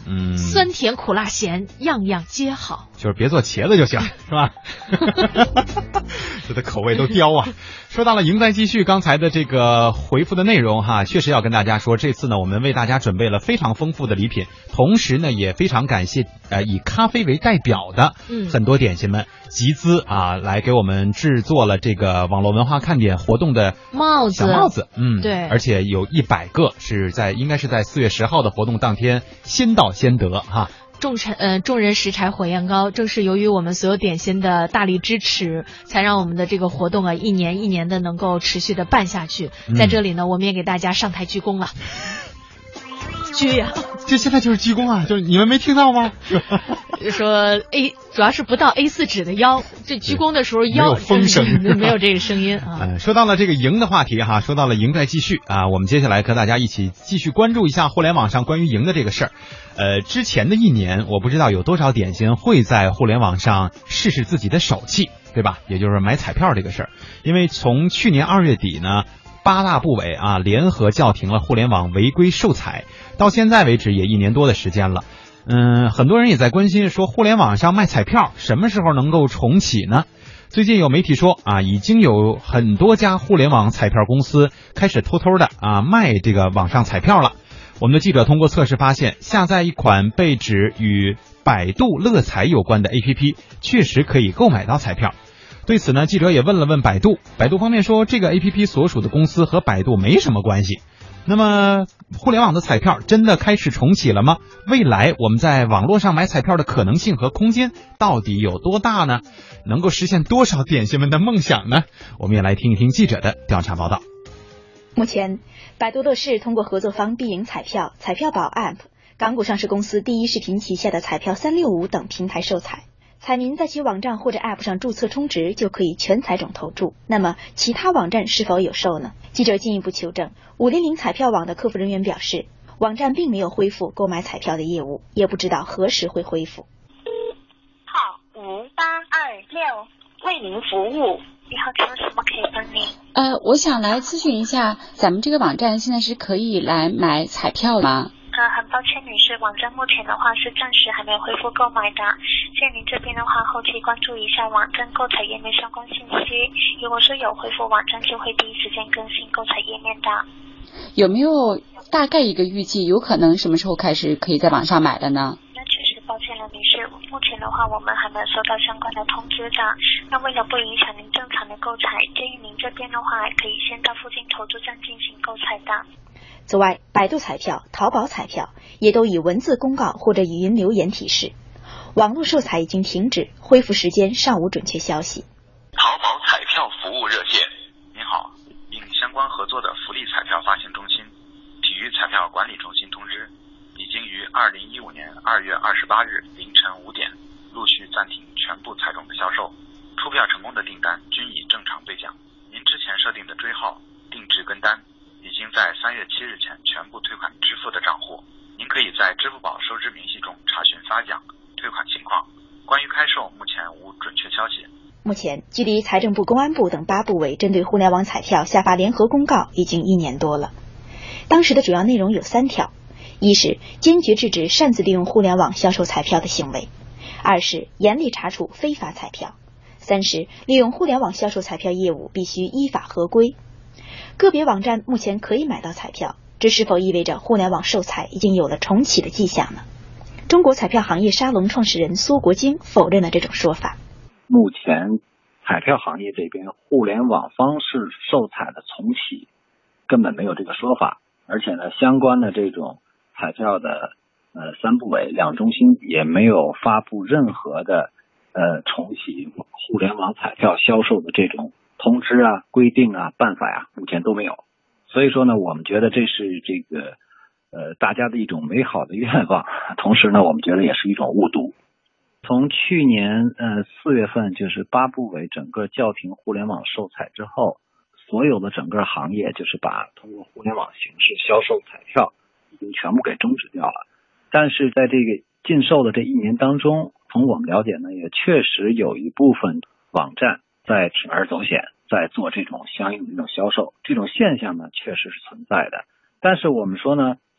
嗯， 酸甜苦辣咸，样样皆好。 就是别做茄子就行，是吧？这的口味都刁啊。说到了赢在继续，刚才的这个回复的内容哈，确实要跟大家说，这次呢我们为大家准备了非常丰富的礼品，同时呢也非常感谢呃以咖啡为代表的很多点心们集资啊，来给我们制作了这个网络文化看点活动的帽子小帽子，嗯， 对， 而且有一百个是在应该是在四月十号的活动当天先到先得哈。 众臣呃众人拾柴火焰高，正是由于我们所有点心的大力支持，才让我们的这个活动啊一年一年的能够持续的办下去。 嗯、 在这里呢，我们也给大家上台鞠躬了。鞠呀、啊， 这现在就是鞠躬啊，就是你们没听到吗？ 说 A 主要是不到 A 四 纸的腰，这鞠躬的时候腰没有风声， 没有这个声音啊。 呃，说到了这个赢的话题哈，说到了赢在继续啊，我们接下来和大家一起继续关注一下互联网上关于赢的这个事儿。呃，之前的一年，我不知道有多少点心会在互联网上试试自己的手气，对吧？也就是买彩票这个事儿，因为从去年二月底呢。八大部委啊联合叫停了互联网违规售彩，到现在为止也一年多的时间了。嗯，很多人也在关心说，互联网上卖彩票什么时候能够重启呢？最近有媒体说啊，已经有很多家互联网彩票公司开始偷偷的啊卖这个网上彩票了。我们的记者通过测试发现，下载一款被指与百度乐彩有关的 A P P， 确实可以购买到彩票。对此呢，记者也问了问百度，百度方面说，这个 A P P 所属的公司和百度没什么关系。那么，互联网的彩票真的开始重启了吗？未来我们在网络上买彩票的可能性和空间到底有多大呢？能够实现多少点心们的梦想呢？我们也来听一听记者的调查报道。 目前，百度乐视通过合作方必赢彩票、彩票宝 App、港股上市公司第一视频旗下的彩票三六五等平台售彩。彩民在其网站或者 App 上注册充值，就可以全彩种投注。那么其他网站是否有售呢？记者进一步求证，五零零彩票网的客服人员表示，网站并没有恢复购买彩票的业务，也不知道何时会恢复。 号五八二六为您服务，你好，请问什么可以帮您？ 呃，我想来咨询一下，咱们这个网站现在是可以来买彩票吗？ 呃，很抱歉女士，网站目前的话是暂时还没有恢复购买的。建议您这边的话，后期关注一下网站购彩页面相关信息。如果是有恢复，网站就会第一时间更新购彩页面的。 有没有大概一个预计，有可能什么时候开始可以在网上买的呢？ 那确实抱歉了，女士，目前的话我们还没有收到相关的通知的。那为了不影响您正常的购彩，建议您这边的话可以先到附近投注站进行购彩的。 此外，百度彩票、淘宝彩票也都以文字公告或者语音留言提示。网络售彩已经停止，恢复时间尚无准确消息。 淘宝彩票服务热线，您好，应相关合作的福利彩票发行中心、体育彩票管理中心通知，已经于二零一五年二月二十八日凌晨五点陆续暂停全部彩种的销售，出票成功的订单均已正常兑奖。您之前设定的追号、定制跟单已经在三月七日前全部退款支付的账户，您可以在支付宝收支明细中查询发奖、退款情况。关于开售，目前无准确消息。 目前，距离财政部、公安部等八部委针对互联网彩票下发联合公告已经一年多了。当时的主要内容有三条：一是坚决制止擅自利用互联网销售彩票的行为；二是严厉查处非法彩票；三是利用互联网销售彩票业务必须依法合规。个别网站目前可以买到彩票，这是否意味着互联网售彩已经有了重启的迹象呢？中国彩票行业沙龙创始人苏国京否认了这种说法。 目前彩票行业这边互联网方式售彩的重启根本没有这个说法，而且呢，相关的这种彩票的呃三部委两中心也没有发布任何的呃重启互联网彩票销售的这种通知啊、规定啊、办法呀、啊，目前都没有。所以说呢，我们觉得这是这个呃大家的一种美好的愿望，同时呢，我们觉得也是一种误读。从去年呃四月份，就是八部委整个叫停互联网售彩之后，所有的整个行业就是把通过互联网形式销售彩票已经全部给终止掉了。但是在这个禁售的这一年当中，从我们了解呢，也确实有一部分网站在铤而走险，在做这种相应的这种销售，这种现象呢确实是存在的。但是我们说呢，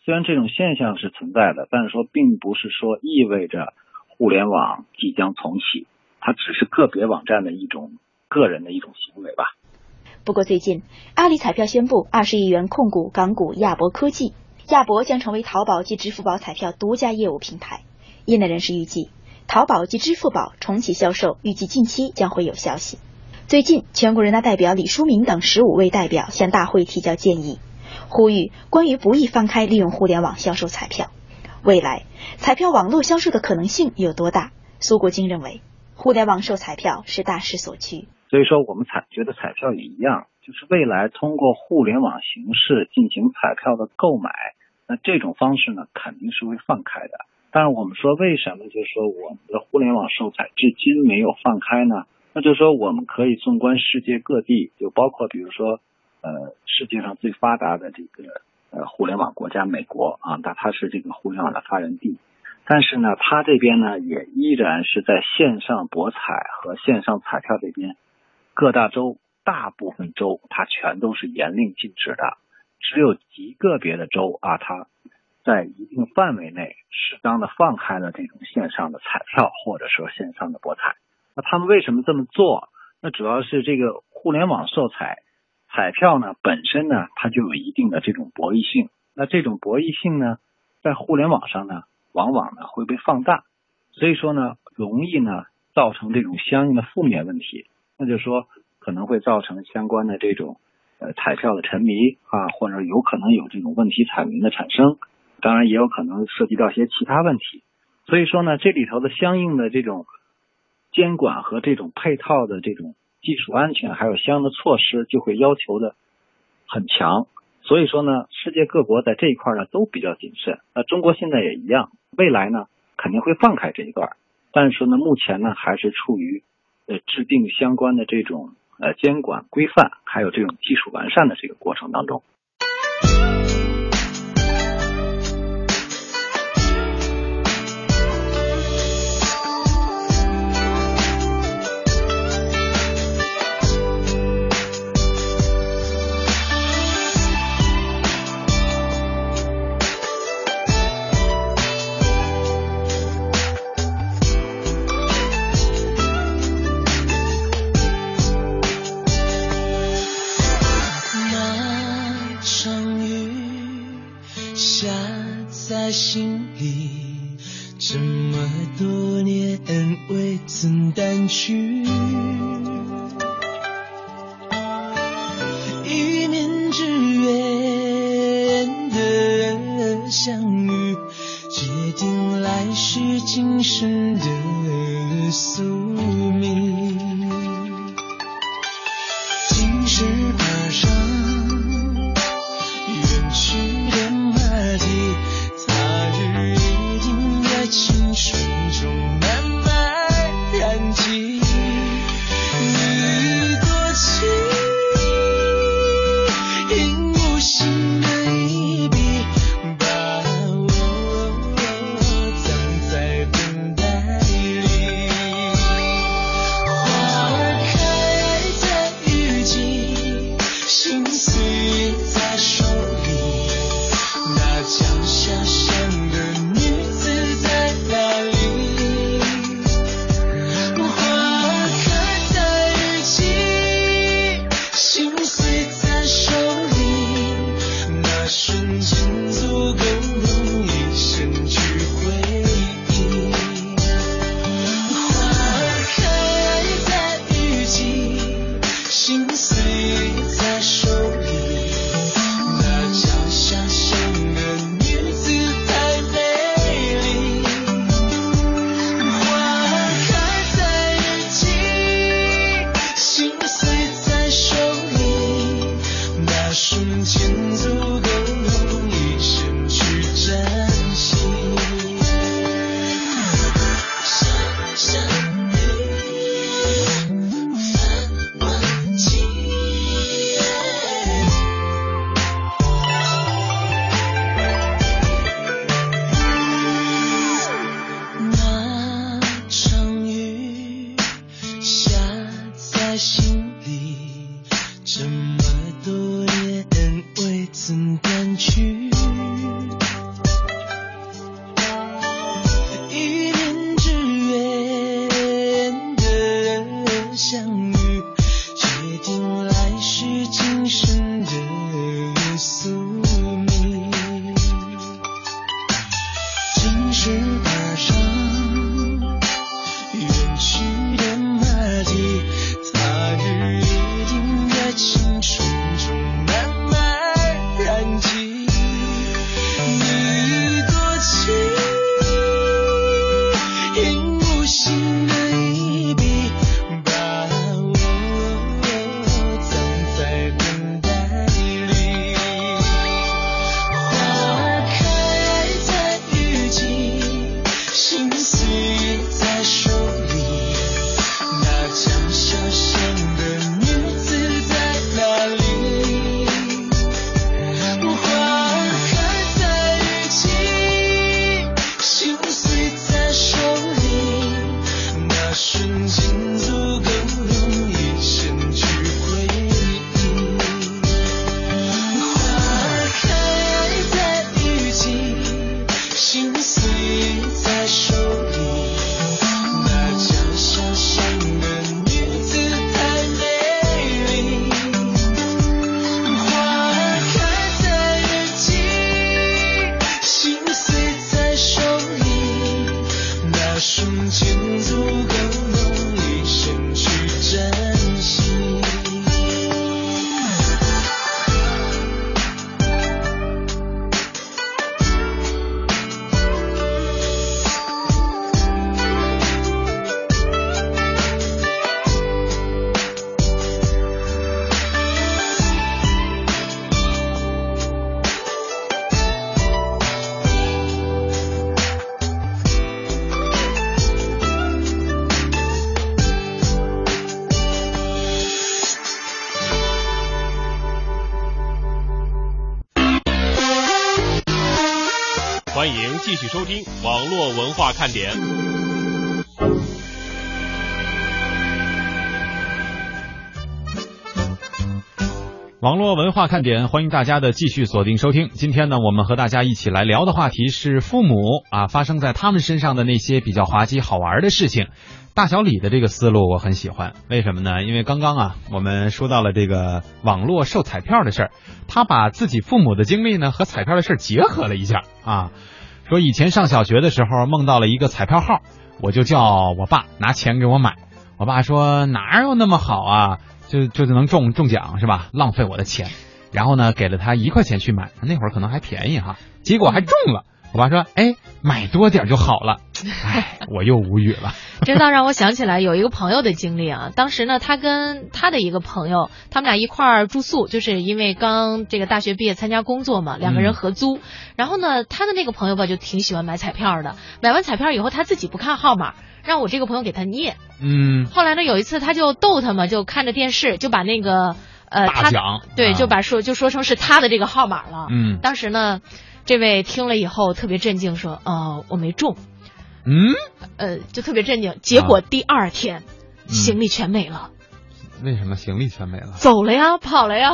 虽然这种现象是存在的，但是说并不是说意味着互联网即将重启，它只是个别网站的一种个人的一种行为吧。 不过最近，阿里彩票宣布二十亿元控股港股亚博科技，亚博将成为淘宝及支付宝彩票独家业务平台。业内人士预计，淘宝及支付宝重启销售，预计近期将会有消息。最近，全国人大代表李书明等十五位代表向大会提交建议，呼吁关于不易放开利用互联网销售彩票。未来彩票网络销售的可能性有多大？苏国金认为，互联网售彩票是大势所趋。 所以说我们彩觉得彩票也一样，就是未来通过互联网形式进行彩票的购买，那这种方式呢肯定是会放开的。但是我们说为什么就是说我们的互联网售彩至今没有放开呢？那就是说我们可以纵观世界各地，就包括比如说呃世界上最发达的这个呃互联网国家美国啊，那它是这个互联网的发源地。但是呢，它这边呢也依然是在线上博彩和线上彩票这边，各大州大部分州它全都是严令禁止的，只有极个别的州啊，它在一定范围内适当的放开了这种线上的彩票或者说线上的博彩。那他们为什么这么做？那主要是这个互联网售彩彩票呢本身呢它就有一定的这种博弈性，那这种博弈性呢在互联网上呢往往呢会被放大，所以说呢容易呢造成这种相应的负面问题，那就是说可能会造成相关的这种呃彩票的沉迷啊，或者有可能有这种问题彩民的产生，当然也有可能涉及到一些其他问题。所以说呢这里头的相应的这种监管和这种配套的这种技术安全还有相应的措施就会要求的很强。所以说呢世界各国在这一块呢都比较谨慎，那中国现在也一样，未来呢肯定会放开这一段，但是呢目前呢还是处于呃制定相关的这种呃监管规范还有这种技术完善的这个过程当中。 心里这么多年未曾淡去，一面之缘的相遇，决定来世今生的宿命。今世爬上远去的马蹄，青春中慢慢燃起，你过去用无心的一笔，把我藏在等待里。花儿开在雨季，心碎在手里，那江下乡的女子在哪里？花开在雨季，心碎在手里，那瞬间足够让一生去回忆。花开在雨季，心碎在手里，那江下乡的女子太美丽。花开在雨季，心碎在手里，那瞬间足够让一生欢迎继续收听网络文化看点。 网络文化看点，欢迎大家的继续锁定收听。今天呢，我们和大家一起来聊的话题是父母啊发生在他们身上的那些比较滑稽好玩的事情。大小李的这个思路我很喜欢，为什么呢？因为刚刚啊，我们说到了这个网络售彩票的事儿，他把自己父母的经历呢和彩票的事儿结合了一下啊。说以前上小学的时候梦到了一个彩票号，我就叫我爸拿钱给我买。我爸说哪有那么好啊，就就能中中奖是吧？浪费我的钱。然后呢，给了他一块钱去买，那会儿可能还便宜哈，结果还中了。我爸说，哎，买多点就好了。哎，我又无语了。 这倒让我想起来有一个朋友的经历啊。当时呢，他跟他的一个朋友，他们俩一块儿住宿，就是因为刚这个大学毕业参加工作嘛，两个人合租。嗯、然后呢，他的那个朋友吧，就挺喜欢买彩票的。买完彩票以后，他自己不看号码，让我这个朋友给他念。 嗯。 后来呢，有一次他就逗他嘛，就看着电视，就把那个呃， 大奖对， 啊、 就把说就说成是他的这个号码了。 嗯。 当时呢。这位听了以后特别震惊，说：“哦，我没中。” 嗯， 呃，就特别震惊。结果第二天， 啊、 行李全没了。 为什么行李全没了？ 走了呀，跑了呀。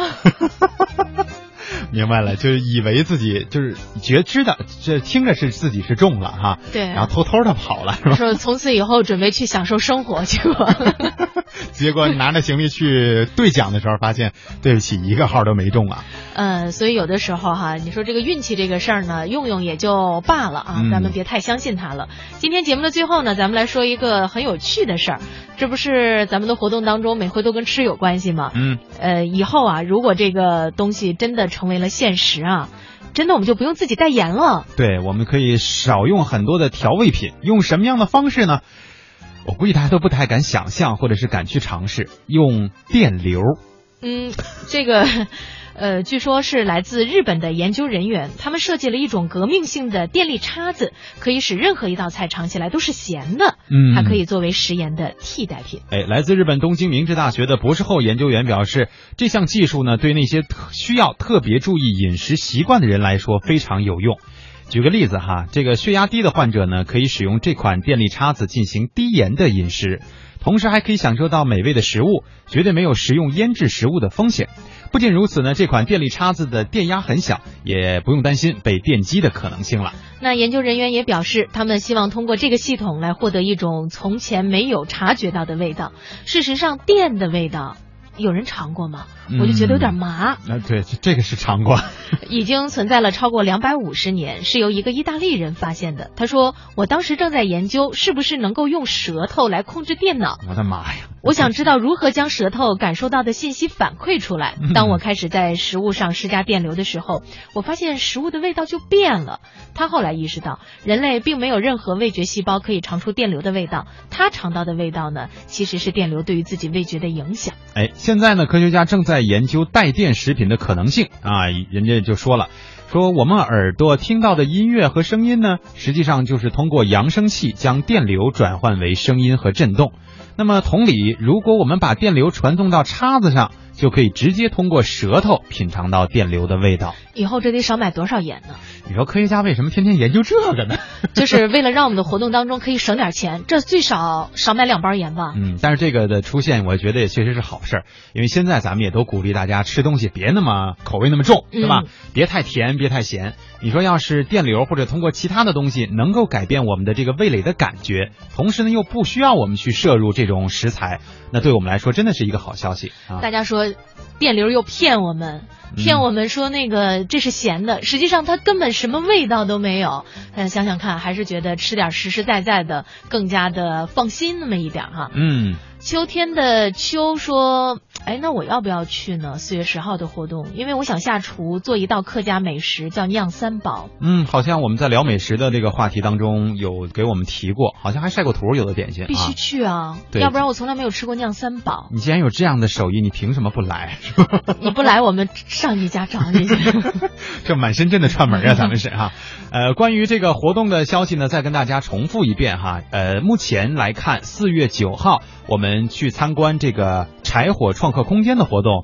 明白了，就是以为自己就是觉知的，这听着是自己是中了哈， 对， 然后偷偷的跑了，是吧？ 说从此以后准备去享受生活，结果结果拿着行李去兑奖的时候，发现对不起，一个号都没中啊。 嗯，所以有的时候哈，你说这个运气这个事儿呢，用用也就罢了啊， 嗯、 咱们别太相信它了。今天节目的最后呢，咱们来说一个很有趣的事儿，这不是咱们的活动当中每回都跟吃有关系吗？ 嗯， 呃，以后啊，如果这个东西真的成为了现实啊，真的我们就不用自己代言了。 对，我们可以少用很多的调味品，用什么样的方式呢？我估计大家都不太敢想象，或者是敢去尝试，用电流。 嗯，这个呃，据说是来自日本的研究人员，他们设计了一种革命性的电力叉子，可以使任何一道菜尝起来都是咸的， 嗯， 还可以作为食盐的替代品。 哎，来自日本东京明治大学的博士后研究员表示，这项技术呢，对那些需要特别注意饮食习惯的人来说非常有用。举个例子哈，这个血压低的患者呢，可以使用这款电力叉子进行低盐的饮食，同时还可以享受到美味的食物，绝对没有食用腌制食物的风险。不仅如此呢，这款电力叉子的电压很小，也不用担心被电击的可能性了。 那研究人员也表示，他们希望通过这个系统来获得一种从前没有察觉到的味道。事实上，电的味道有人尝过吗？我就觉得有点麻。 嗯、对，这个是尝过。 已经存在了超过两百五十年，是由一个意大利人发现的。他说，我当时正在研究是不是能够用舌头来控制电脑。 我的妈呀！ 我想知道如何将舌头感受到的信息反馈出来。当我开始在食物上施加电流的时候，我发现食物的味道就变了。他后来意识到，人类并没有任何味觉细胞可以尝出电流的味道，他尝到的味道呢，其实是电流对于自己味觉的影响。 哎，现在呢，科学家正在研究带电食品的可能性啊，人家就说了，说我们耳朵听到的音乐和声音呢，实际上就是通过扬声器将电流转换为声音和震动。那么同理，如果我们把电流传送到叉子上，就可以直接通过舌头品尝到电流的味道。 以后这得少买多少盐呢？ 你说科学家为什么天天研究这个呢？ 就是为了让我们的活动当中可以省点钱，这最少少买两包盐吧。 嗯，但是这个的出现，我觉得也确实是好事儿，因为现在咱们也都鼓励大家吃东西别那么口味那么重，对吧？嗯、别太甜，别太咸。你说要是电流或者通过其他的东西能够改变我们的这个味蕾的感觉，同时呢又不需要我们去摄入这种食材，那对我们来说真的是一个好消息啊！ 大家说电流又骗我们。骗我们说那个这是咸的，实际上它根本什么味道都没有。但想想看，还是觉得吃点实实在在的更加的放心那么一点哈。 嗯。 秋天的秋说，哎，那我要不要去呢？四月十号的活动，因为我想下厨做一道客家美食，叫酿三宝。 嗯，好像我们在聊美食的这个话题当中有给我们提过，好像还晒过图，有的点心。 必须去啊！对，要不然我从来没有吃过酿三宝。 你既然有这样的手艺，你凭什么不来？ 你不来，我们上一家找你去。 这满深圳的串门啊，咱们是哈。呃，关于这个活动的消息呢，再跟大家重复一遍哈。呃，目前来看，四月九号我们去参观这个柴火创客空间的活动，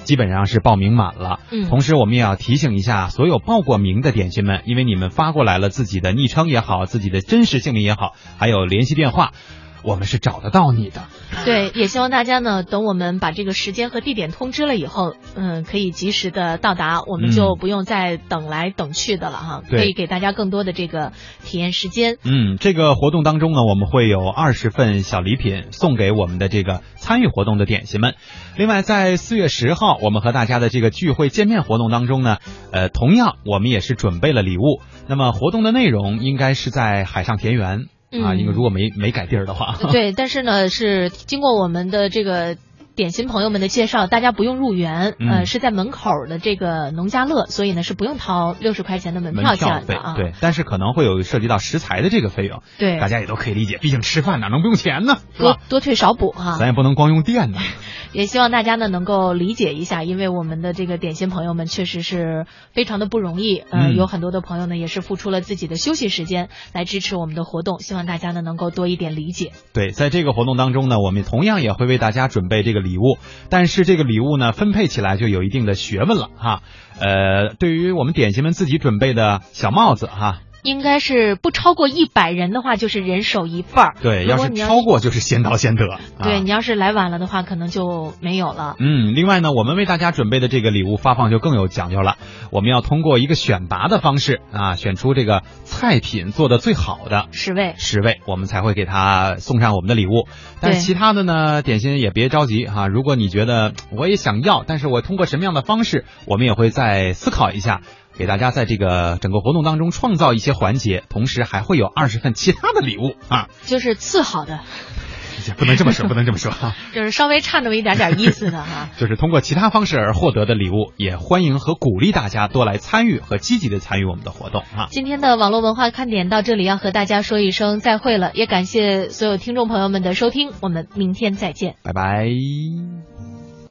基本上是报名满了。 嗯， 同时我们也要提醒一下所有报过名的点心们，因为你们发过来了自己的昵称也好，自己的真实姓名也好，还有联系电话，我们是找得到你的。 对，也希望大家呢，等我们把这个时间和地点通知了以后，嗯，可以及时的到达，我们就不用再等来等去的了哈， 对， 可以给大家更多的这个体验时间。 嗯，这个活动当中呢，我们会有二十份小礼品送给我们的这个参与活动的点心们。另外，在四月十号，我们和大家的这个聚会见面活动当中呢，呃，同样我们也是准备了礼物。那么活动的内容应该是在海上田园。啊，因为如果没没改地儿的话， 对，但是呢，是经过我们的这个点心朋友们的介绍，大家不用入园， 嗯、 呃，是在门口的这个农家乐，所以呢是不用掏六十块钱的门票钱的啊。 对，但是可能会有涉及到食材的这个费用， 对， 大家也都可以理解，毕竟吃饭哪能不用钱呢？ 多多退少补哈， 咱也不能光用电呢。 也希望大家呢能够理解一下，因为我们的这个点心朋友们确实是非常的不容易，呃， 嗯、 有很多的朋友呢也是付出了自己的休息时间来支持我们的活动，希望大家呢能够多一点理解。 对，在这个活动当中呢，我们同样也会为大家准备这个礼物，但是这个礼物呢分配起来就有一定的学问了哈。呃，对于我们点心们自己准备的小帽子哈。 应该是不超过一百人的话，就是人手一份儿。 对，要是超过就是先到先得。 对、 啊、 你要是来晚了的话，可能就没有了。 嗯，另外呢，我们为大家准备的这个礼物发放就更有讲究了。我们要通过一个选拔的方式啊，选出这个菜品做的最好的十位， 十位，我们才会给他送上我们的礼物。但是其他的呢，点心也别着急哈、啊。如果你觉得我也想要，但是我通过什么样的方式，我们也会再思考一下。给大家在这个整个活动当中创造一些环节，同时还会有二十份其他的礼物啊， 就是次好的， 不能这么说，不能这么说哈， 就是稍微差那么一点点意思的哈。 就是通过其他方式而获得的礼物，也欢迎和鼓励大家多来参与和积极的参与我们的活动啊。 今天的网络文化看点到这里要和大家说一声再会了，也感谢所有听众朋友们的收听，我们明天再见， 拜拜。